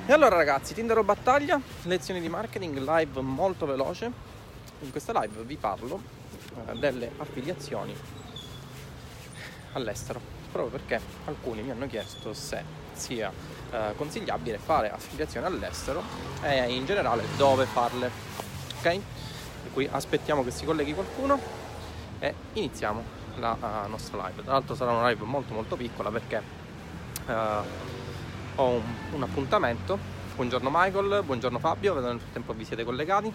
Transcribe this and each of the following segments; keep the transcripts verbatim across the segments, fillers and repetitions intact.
E allora ragazzi, Tinder battaglia, lezioni di marketing, live molto veloce. In questa live vi parlo eh, delle affiliazioni all'estero, proprio perché alcuni mi hanno chiesto se sia eh, consigliabile fare affiliazioni all'estero e in generale dove farle, ok? Per cui aspettiamo che si colleghi qualcuno e iniziamo la uh, nostra live. Tra l'altro sarà una live molto molto piccola perché uh, ho un, un appuntamento. Buongiorno Michael, buongiorno Fabio, vedo nel frattempo vi siete collegati.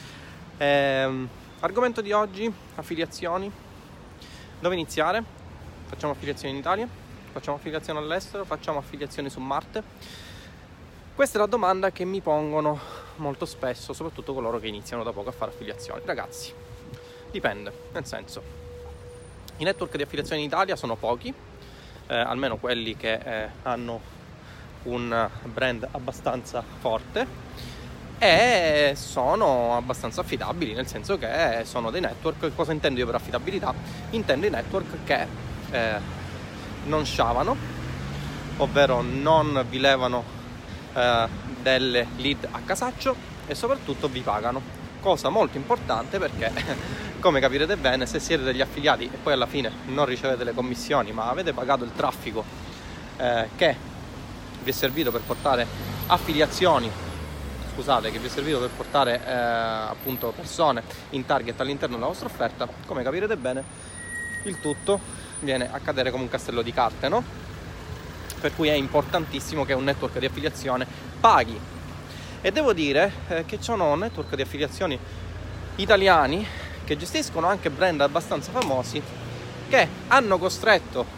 Ehm, argomento di oggi, affiliazioni. Dove iniziare? Facciamo affiliazioni in Italia? Facciamo affiliazioni all'estero? Facciamo affiliazioni su Marte? Questa è la domanda che mi pongono molto spesso, soprattutto coloro che iniziano da poco a fare affiliazioni. Ragazzi, dipende, nel senso, i network di affiliazioni in Italia sono pochi, eh, almeno quelli che eh, hanno un brand abbastanza forte e sono abbastanza affidabili, nel senso che sono dei network. Cosa intendo io per affidabilità? Intendo i network che eh, non sciavano, ovvero non vi levano eh, delle lead a casaccio e soprattutto vi pagano, cosa molto importante perché come capirete bene, se siete degli affiliati e poi alla fine non ricevete le commissioni ma avete pagato il traffico eh, che vi è servito per portare affiliazioni scusate che vi è servito per portare eh, appunto persone in target all'interno della vostra offerta, come capirete bene il tutto viene a cadere come un castello di carte, no? Per cui è importantissimo che un network di affiliazione paghi. E devo dire eh, che ci sono network di affiliazioni italiani che gestiscono anche brand abbastanza famosi che hanno costretto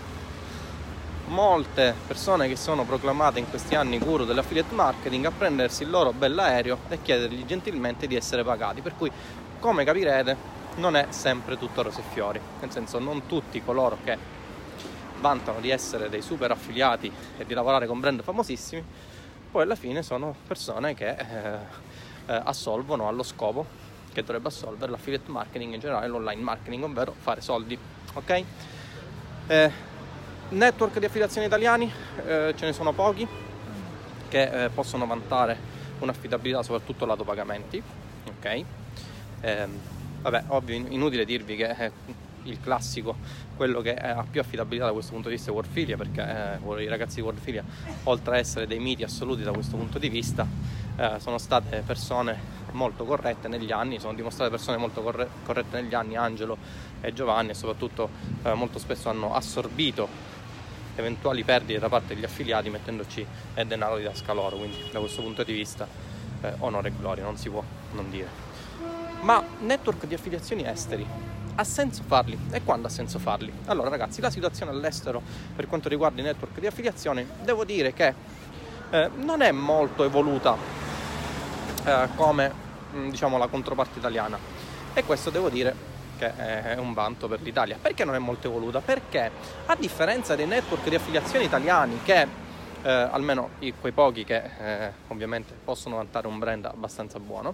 molte persone che sono proclamate in questi anni guru dell'affiliate marketing a prendersi il loro bell'aereo e chiedergli gentilmente di essere pagati. Per cui, come capirete, non è sempre tutto rose e fiori, nel senso, non tutti coloro che vantano di essere dei super affiliati e di lavorare con brand famosissimi poi alla fine sono persone che eh, eh, assolvono allo scopo che dovrebbe assolvere l'affiliate marketing, in generale l'online marketing, ovvero fare soldi, ok? Eh, Network di affiliazioni italiani eh, ce ne sono pochi che eh, possono vantare un'affidabilità soprattutto lato pagamenti, ok? Eh, vabbè, ovvio, inutile dirvi che eh, il classico, quello che ha più affidabilità da questo punto di vista è Wordfilia, perché eh, i ragazzi di Wordfilia, oltre a essere dei miti assoluti da questo punto di vista, eh, sono state persone molto corrette negli anni, sono dimostrate persone molto corre- corrette negli anni, Angelo e Giovanni, e soprattutto eh, molto spesso hanno assorbito eventuali perdite da parte degli affiliati mettendoci eh, denaro di tasca loro, quindi da questo punto di vista eh, onore e gloria, non si può non dire. Ma network di affiliazioni esteri, ha senso farli? E quando ha senso farli? Allora ragazzi, la situazione all'estero per quanto riguarda i network di affiliazioni, devo dire che eh, non è molto evoluta eh, come mh, diciamo la controparte italiana, e questo devo dire che è un vanto per l'Italia. Perché non è molto evoluta? Perché a differenza dei network di affiliazioni italiani che eh, almeno i, quei pochi che eh, ovviamente possono vantare un brand abbastanza buono,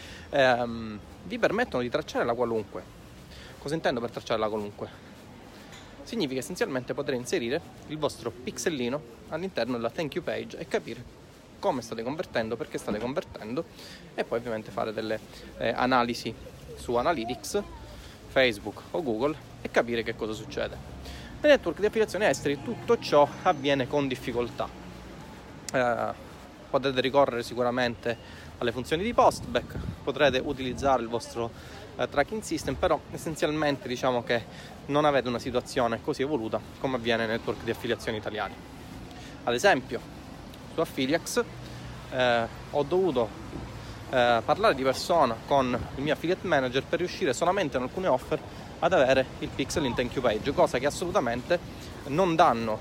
ehm, vi permettono di tracciare la qualunque. Cosa intendo per tracciare la qualunque? Significa essenzialmente poter inserire il vostro pixellino all'interno della thank you page e capire come state convertendo, perché state convertendo, e poi ovviamente fare delle eh, analisi su Analytics, Facebook o Google e capire che cosa succede. Nei network di affiliazione esteri tutto ciò avviene con difficoltà. Eh, potete ricorrere sicuramente alle funzioni di postback, potrete utilizzare il vostro eh, tracking system, però essenzialmente diciamo che non avete una situazione così evoluta come avviene nei network di affiliazione italiani. Ad esempio, su Affiliax eh, ho dovuto Eh, parlare di persona con il mio affiliate manager per riuscire solamente in alcune offer ad avere il pixel in thank you page, cosa che assolutamente non danno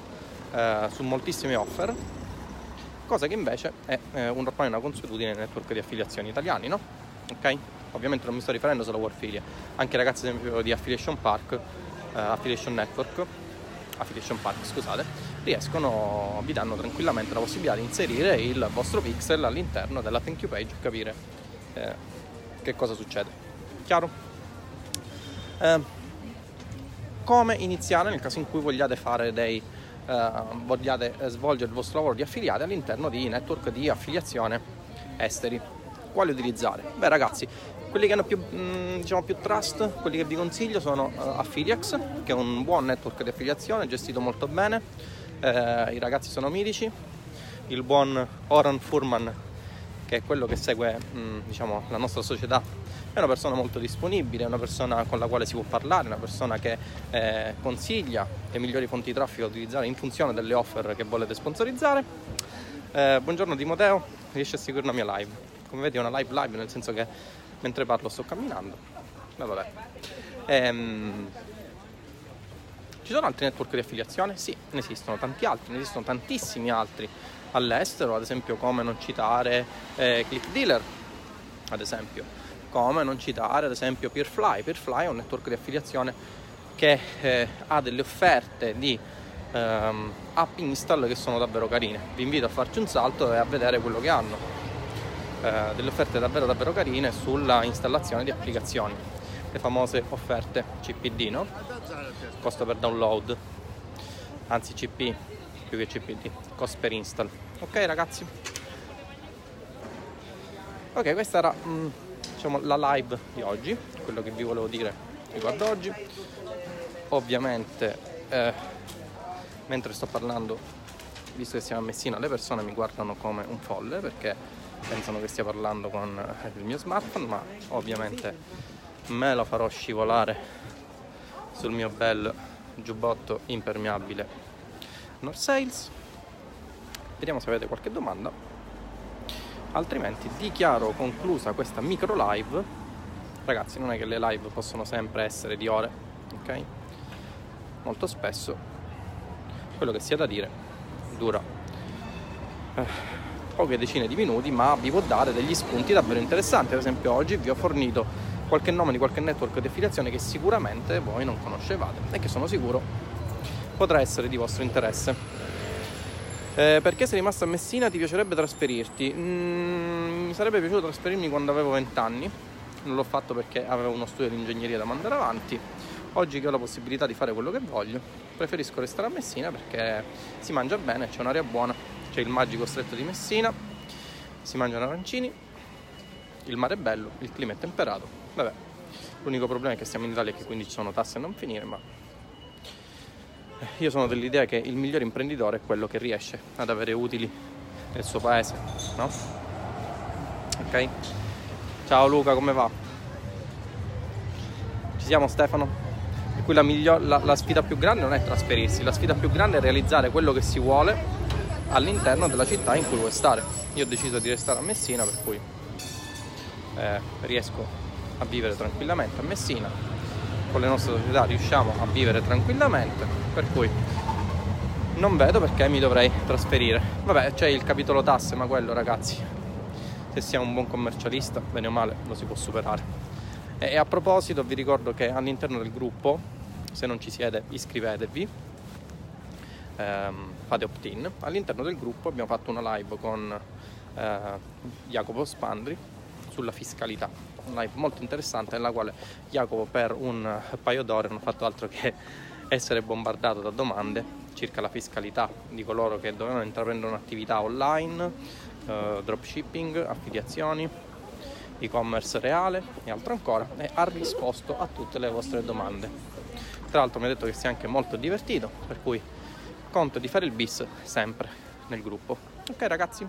eh, su moltissime offer, cosa che invece è eh, un, ormai una consuetudine nei network di affiliazioni italiani, no? Ok? Ovviamente non mi sto riferendo solo a Wordfilia, anche ragazzi ad esempio di Affiliation Park, eh, Affiliation Network, Affiliation Park, scusate, riescono, vi danno tranquillamente la possibilità di inserire il vostro pixel all'interno della thank you page e capire eh, che cosa succede. Chiaro? Eh, come iniziare nel caso in cui vogliate fare dei eh, vogliate svolgere il vostro lavoro di affiliati all'interno di network di affiliazione esteri. Quali utilizzare? Beh ragazzi, quelli che hanno più, mh, diciamo, più trust, quelli che vi consiglio sono uh, Affiliax, che è un buon network di affiliazione, gestito molto bene, eh, i ragazzi sono mitici, il buon Oran Furman, che è quello che segue mh, diciamo, la nostra società, è una persona molto disponibile, è una persona con la quale si può parlare, una persona che eh, consiglia le migliori fonti di traffico da utilizzare in funzione delle offer che volete sponsorizzare. Eh, buongiorno Timoteo, riesci a seguire una mia live? Come vedi è una live live, nel senso che mentre parlo sto camminando. Ma vabbè. Ehm, ci sono altri network di affiliazione? Sì, ne esistono tanti altri, ne esistono tantissimi altri all'estero, ad esempio come non citare eh, ClickDealer, ad esempio. Come non citare ad esempio Peerfly. Peerfly è un network di affiliazione che eh, ha delle offerte di ehm, app install che sono davvero carine. Vi invito a farci un salto e a vedere quello che hanno. Eh, delle offerte davvero davvero carine sulla installazione di applicazioni, le famose offerte C P D, no? Costo per download, anzi C P più che C P D, cost per install. Ok ragazzi? Ok, questa era mh, diciamo la live di oggi, quello che vi volevo dire riguardo oggi. Ovviamente eh, mentre sto parlando, visto che siamo a Messina, le persone mi guardano come un folle perché pensano che stia parlando con il mio smartphone, ma ovviamente me lo farò scivolare sul mio bel giubbotto impermeabile North Sales. Vediamo se avete qualche domanda, altrimenti dichiaro conclusa questa micro live. Ragazzi, non è che le live possono sempre essere di ore, ok? Molto spesso quello che si ha da dire dura eh, poche decine di minuti, ma vi può dare degli spunti davvero interessanti. Ad esempio oggi vi ho fornito qualche nome di qualche network di affiliazione che sicuramente voi non conoscevate e che sono sicuro potrà essere di vostro interesse. Eh, perché sei rimasto a Messina? Ti piacerebbe trasferirti? Mm, mi sarebbe piaciuto trasferirmi quando avevo venti anni, non l'ho fatto perché avevo uno studio di ingegneria da mandare avanti. Oggi che ho la possibilità di fare quello che voglio, preferisco restare a Messina perché si mangia bene, c'è un'aria buona, c'è il magico stretto di Messina, si mangiano arancini, il mare è bello, il clima è temperato. Vabbè, l'unico problema è che siamo in Italia e che quindi ci sono tasse a non finire, ma io sono dell'idea che il miglior imprenditore è quello che riesce ad avere utili nel suo paese, no? Ok? Ciao Luca, come va? Ci siamo Stefano? Per cui la, miglior, la, la sfida più grande non è trasferirsi, la sfida più grande è realizzare quello che si vuole all'interno della città in cui vuoi stare. Io ho deciso di restare a Messina, per cui eh, riesco a vivere tranquillamente a Messina, con le nostre società riusciamo a vivere tranquillamente, per cui non vedo perché mi dovrei trasferire. Vabbè, c'è il capitolo tasse, ma quello ragazzi, se siamo un buon commercialista, bene o male lo si può superare. E a proposito vi ricordo che all'interno del gruppo, se non ci siete iscrivetevi, ehm, fate opt-in. All'interno del gruppo abbiamo fatto una live con eh, Jacopo Spandri sulla fiscalità, una live molto interessante nella quale Jacopo per un paio d'ore non ha fatto altro che essere bombardato da domande circa la fiscalità di coloro che dovevano intraprendere un'attività online, eh, dropshipping, affiliazioni, e-commerce reale e altro ancora, e ha risposto a tutte le vostre domande. Tra l'altro mi ha detto che si è anche molto divertito, per cui conto di fare il bis sempre nel gruppo. Ok ragazzi?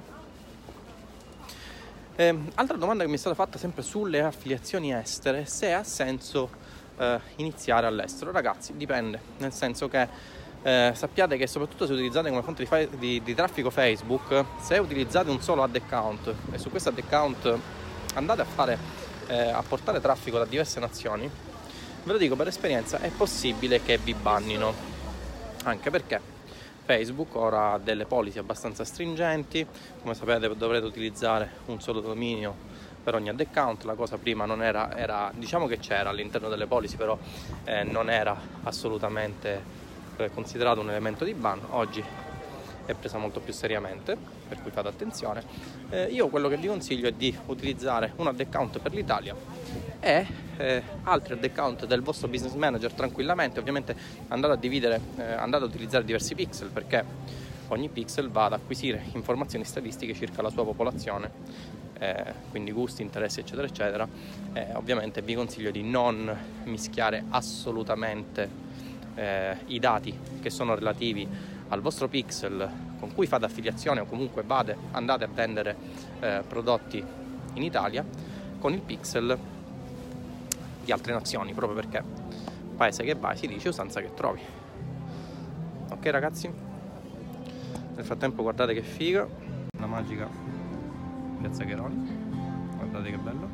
Eh, altra domanda che mi è stata fatta sempre sulle affiliazioni estere, se ha senso eh, iniziare all'estero. Ragazzi, dipende, nel senso che eh, sappiate che soprattutto se utilizzate come fonte di, fa- di, di traffico Facebook, se utilizzate un solo ad account e su questo ad account andate a fare eh, a portare traffico da diverse nazioni, ve lo dico per esperienza, è possibile che vi bannino, anche perché Facebook ora ha delle policy abbastanza stringenti. Come sapete dovrete utilizzare un solo dominio per ogni ad account. La cosa prima non era, era diciamo che c'era all'interno delle policy, però eh, non era assolutamente eh, considerato un elemento di ban. Oggi è presa molto più seriamente, per cui fate attenzione. Eh, io quello che vi consiglio è di utilizzare un ad account per l'Italia e eh, altri ad account del vostro business manager tranquillamente. Ovviamente andate a dividere, eh, andate a utilizzare diversi pixel, perché ogni pixel va ad acquisire informazioni statistiche circa la sua popolazione, eh, quindi gusti, interessi eccetera eccetera. Eh, ovviamente vi consiglio di non mischiare assolutamente eh, i dati che sono relativi al vostro pixel con cui fate affiliazione o comunque vade, andate a vendere eh, prodotti in Italia con il pixel di altre nazioni, proprio perché paese che vai si dice usanza che trovi. Ok ragazzi? Nel frattempo guardate che figa la magica Piazza Cheroni, guardate che bello.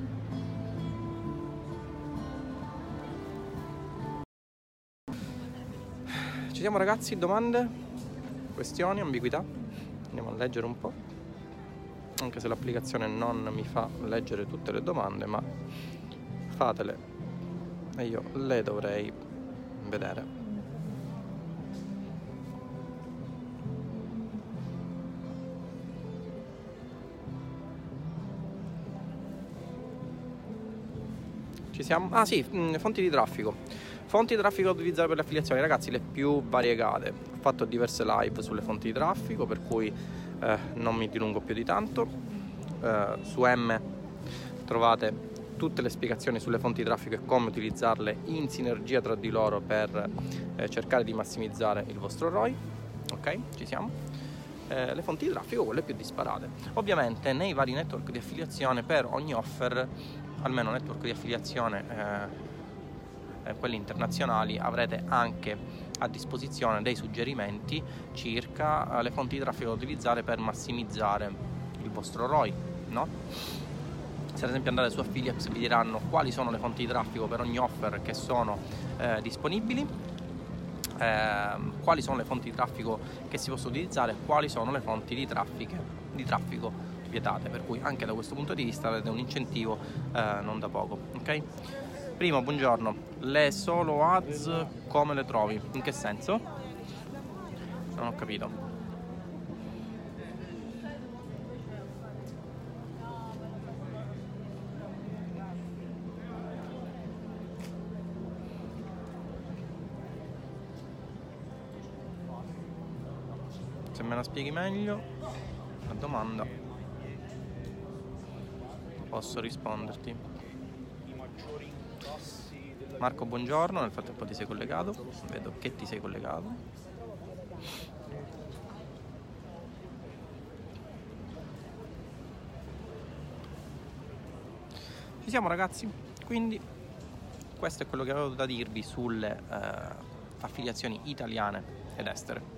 Ci siamo ragazzi? Domande? Questioni? Ambiguità? Andiamo a leggere un po', anche se l'applicazione non mi fa leggere tutte le domande, ma fatele e io le dovrei vedere. Ci siamo? Ah sì, fonti di traffico. Fonti di traffico da utilizzare per le affiliazioni, ragazzi, le più variegate. Ho fatto diverse live sulle fonti di traffico, per cui eh, non mi dilungo più di tanto. Eh, su M trovate tutte le spiegazioni sulle fonti di traffico e come utilizzarle in sinergia tra di loro per eh, cercare di massimizzare il vostro R O I. Ok, ci siamo? Eh, le fonti di traffico, quelle più disparate. Ovviamente nei vari network di affiliazione, per ogni offer, almeno network di affiliazione, eh, eh, quelli internazionali, avrete anche a disposizione dei suggerimenti circa eh, le fonti di traffico da utilizzare per massimizzare il vostro R O I, no? Se ad esempio andate su Affiliax vi diranno quali sono le fonti di traffico per ogni offer che sono eh, disponibili, eh, quali sono le fonti di traffico che si possono utilizzare, quali sono le fonti di, traffiche, di traffico vietate, per cui anche da questo punto di vista avete un incentivo eh, non da poco. Ok? Primo, buongiorno, le solo ads come le trovi? In che senso? Non ho capito. Se me la spieghi meglio la domanda posso risponderti. Marco, buongiorno, nel frattempo ti sei collegato, vedo che ti sei collegato. Ci siamo ragazzi, quindi questo è quello che avevo da dirvi sulle eh, affiliazioni italiane ed estere.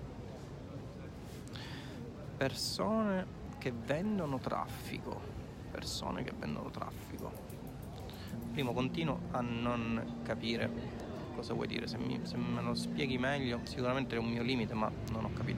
Persone che vendono traffico, persone che vendono traffico. Primo, continuo a non capire cosa vuoi dire. Se, mi, se me lo spieghi meglio, sicuramente è un mio limite, ma non ho capito.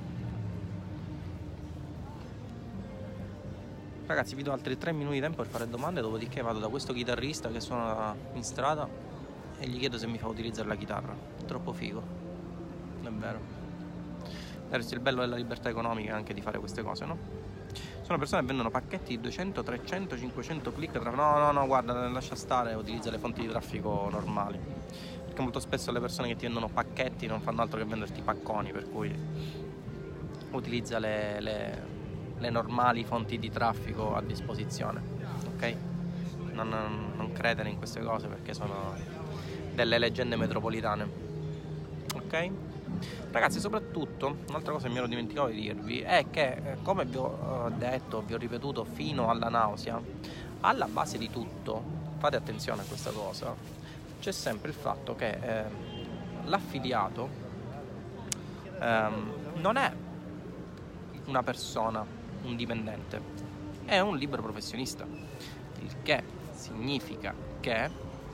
Ragazzi, vi do altri tre minuti di tempo per fare domande, dopodiché vado da questo chitarrista che suona in strada e gli chiedo se mi fa utilizzare la chitarra. Troppo figo, davvero. Adesso il bello della libertà economica è anche di fare queste cose, no? Sono persone che vendono pacchetti di duecento, trecento, cinquecento click tra... No, no, no, guarda, lascia stare, utilizza le fonti di traffico normali. Perché molto spesso le persone che ti vendono pacchetti non fanno altro che venderti pacconi, per cui utilizza le, le, le normali fonti di traffico a disposizione, ok? Non, non, non credere in queste cose perché sono delle leggende metropolitane, ok? Ragazzi, soprattutto un'altra cosa che mi ero dimenticato di dirvi è che, come vi ho detto, vi ho ripetuto fino alla nausea, alla base di tutto, fate attenzione a questa cosa, c'è sempre il fatto che eh, l'affiliato eh, non è una persona, un dipendente, è un libero professionista, il che significa che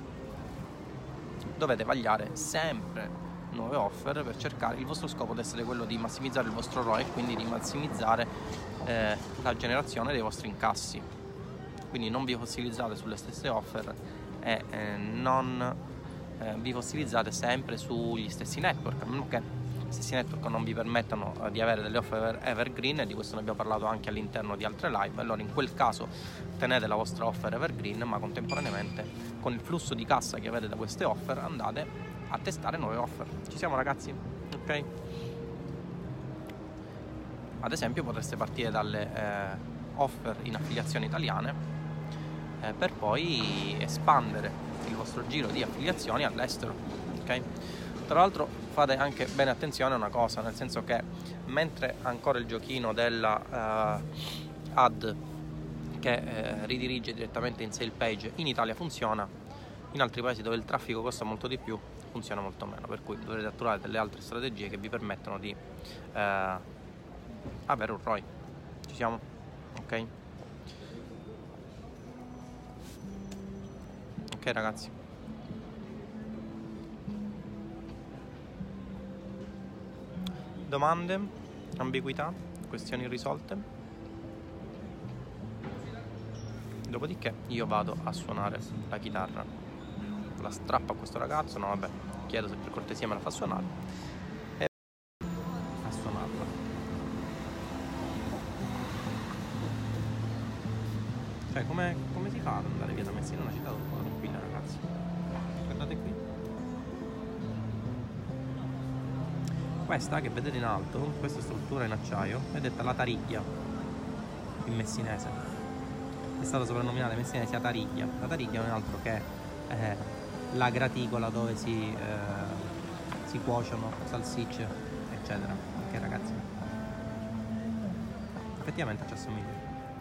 dovete vagliare sempre nuove offer per cercare, il vostro scopo deve essere quello di massimizzare il vostro R O I e quindi di massimizzare eh, la generazione dei vostri incassi. Quindi non vi fossilizzate sulle stesse offer e eh, non eh, vi fossilizzate sempre sugli stessi network, a meno che stessi network non vi permettano eh, di avere delle offer evergreen, e di questo ne abbiamo parlato anche all'interno di altre live. Allora in quel caso tenete la vostra offer evergreen, ma contemporaneamente con il flusso di cassa che avete da queste offer andate a testare nuove offer. Ci siamo, ragazzi? Ok? Ad esempio potreste partire dalle eh, offer in affiliazioni italiane eh, per poi espandere il vostro giro di affiliazioni all'estero. Ok? Tra l'altro fate anche bene attenzione a una cosa, nel senso che mentre ancora il giochino della uh, ad che eh, ridirige direttamente in sale page in Italia funziona, in altri paesi dove il traffico costa molto di più funziona molto meno, per cui dovrete attuare delle altre strategie che vi permettono di eh, avere un R O I. Ci siamo? Ok? Ok, ragazzi. Domande? Ambiguità? Questioni irrisolte? Dopodiché io vado a suonare la chitarra. La strappo a questo ragazzo, no vabbè, chiedo se per cortesia me la fa suonare e a suonarla. Cioè come, come si fa ad andare via da Messina, una città troppo tranquilla, ragazzi? Guardate qui. Questa che vedete in alto, questa struttura in acciaio, è detta la tariglia in messinese. È stata soprannominata in messinese a tariglia. La tariglia non è altro che eh, la graticola dove si, eh, si cuociono salsicce, eccetera. Ok, ragazzi? Effettivamente ci assomiglia.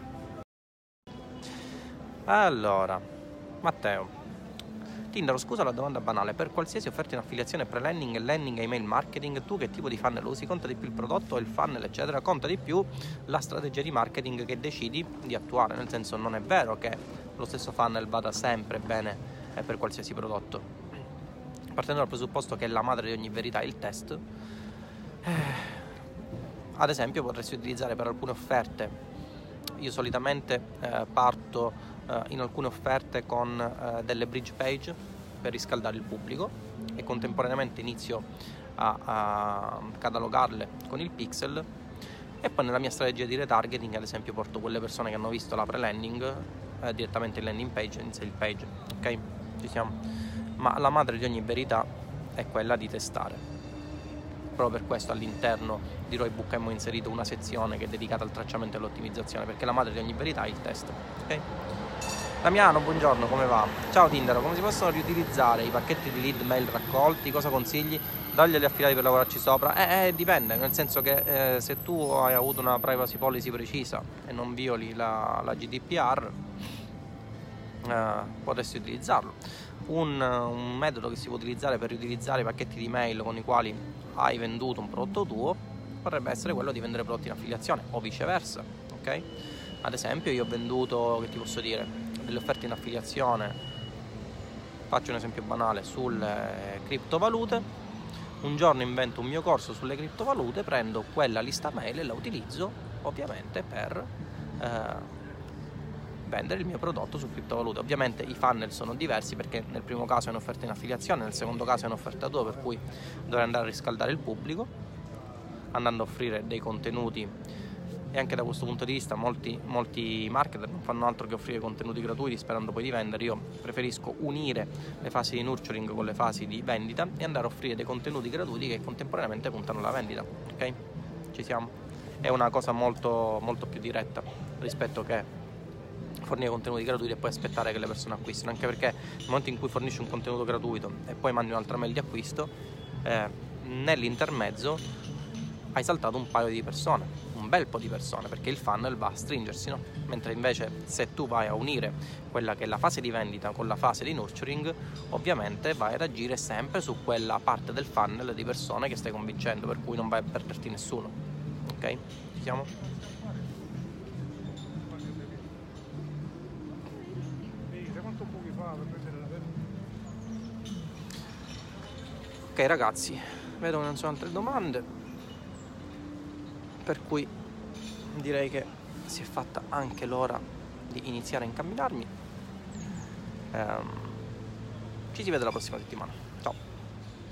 Allora, Matteo. Tindaro, scusa la domanda banale, per qualsiasi offerta in affiliazione pre-landing e landing e email marketing, tu che tipo di funnel usi? Conta di più il prodotto, il funnel, eccetera? Conta di più la strategia di marketing che decidi di attuare, nel senso non è vero che lo stesso funnel vada sempre bene eh, per qualsiasi prodotto. Partendo dal presupposto che la madre di ogni verità è il test, eh, ad esempio potresti utilizzare per alcune offerte, io solitamente eh, parto in alcune offerte con uh, delle bridge page per riscaldare il pubblico e contemporaneamente inizio a, a catalogarle con il pixel, e poi nella mia strategia di retargeting ad esempio porto quelle persone che hanno visto la pre-landing eh, direttamente in landing page, in sale page. Ok? Ci siamo? Ma la madre di ogni verità è quella di testare. Proprio per questo all'interno di Roybook abbiamo inserito una sezione che è dedicata al tracciamento e all'ottimizzazione, perché la madre di ogni verità è il test. Ok? Damiano, buongiorno, come va? Ciao Tindaro, come si possono riutilizzare i pacchetti di lead mail raccolti? Cosa consigli? Dargli agli affiliati per lavorarci sopra? Eh, eh dipende, nel senso che eh, se tu hai avuto una privacy policy precisa e non violi la, la G D P R, eh, potresti utilizzarlo. Un, un metodo che si può utilizzare per riutilizzare i pacchetti di mail con i quali hai venduto un prodotto tuo potrebbe essere quello di vendere prodotti in affiliazione o viceversa, ok? Ad esempio io ho venduto, che ti posso dire, delle offerte in affiliazione, faccio un esempio banale, sulle criptovalute. Un giorno invento un mio corso sulle criptovalute, prendo quella lista mail e la utilizzo ovviamente per eh, vendere il mio prodotto su criptovalute. Ovviamente i funnel sono diversi, perché nel primo caso è un'offerta in affiliazione, nel secondo caso è un'offerta tua, per cui dovrei andare a riscaldare il pubblico andando a offrire dei contenuti. E anche da questo punto di vista molti, molti marketer non fanno altro che offrire contenuti gratuiti sperando poi di vendere. Io preferisco unire le fasi di nurturing con le fasi di vendita e andare a offrire dei contenuti gratuiti che contemporaneamente puntano alla vendita. Ok? Ci siamo? È una cosa molto, molto più diretta rispetto che fornire contenuti gratuiti e poi aspettare che le persone acquistino, anche perché nel momento in cui fornisci un contenuto gratuito e poi mandi un'altra mail di acquisto, eh, nell'intermezzo hai saltato un paio di persone, un bel po' di persone, perché il funnel va a stringersi, no? Mentre invece se tu vai a unire quella che è la fase di vendita con la fase di nurturing, ovviamente vai ad agire sempre su quella parte del funnel di persone che stai convincendo, per cui non vai a perderti nessuno. Ok? Ci siamo? Ok ragazzi, vedo che non sono altre domande, per cui direi che si è fatta anche l'ora di iniziare a incamminarmi. Ehm, ci si vede la prossima settimana.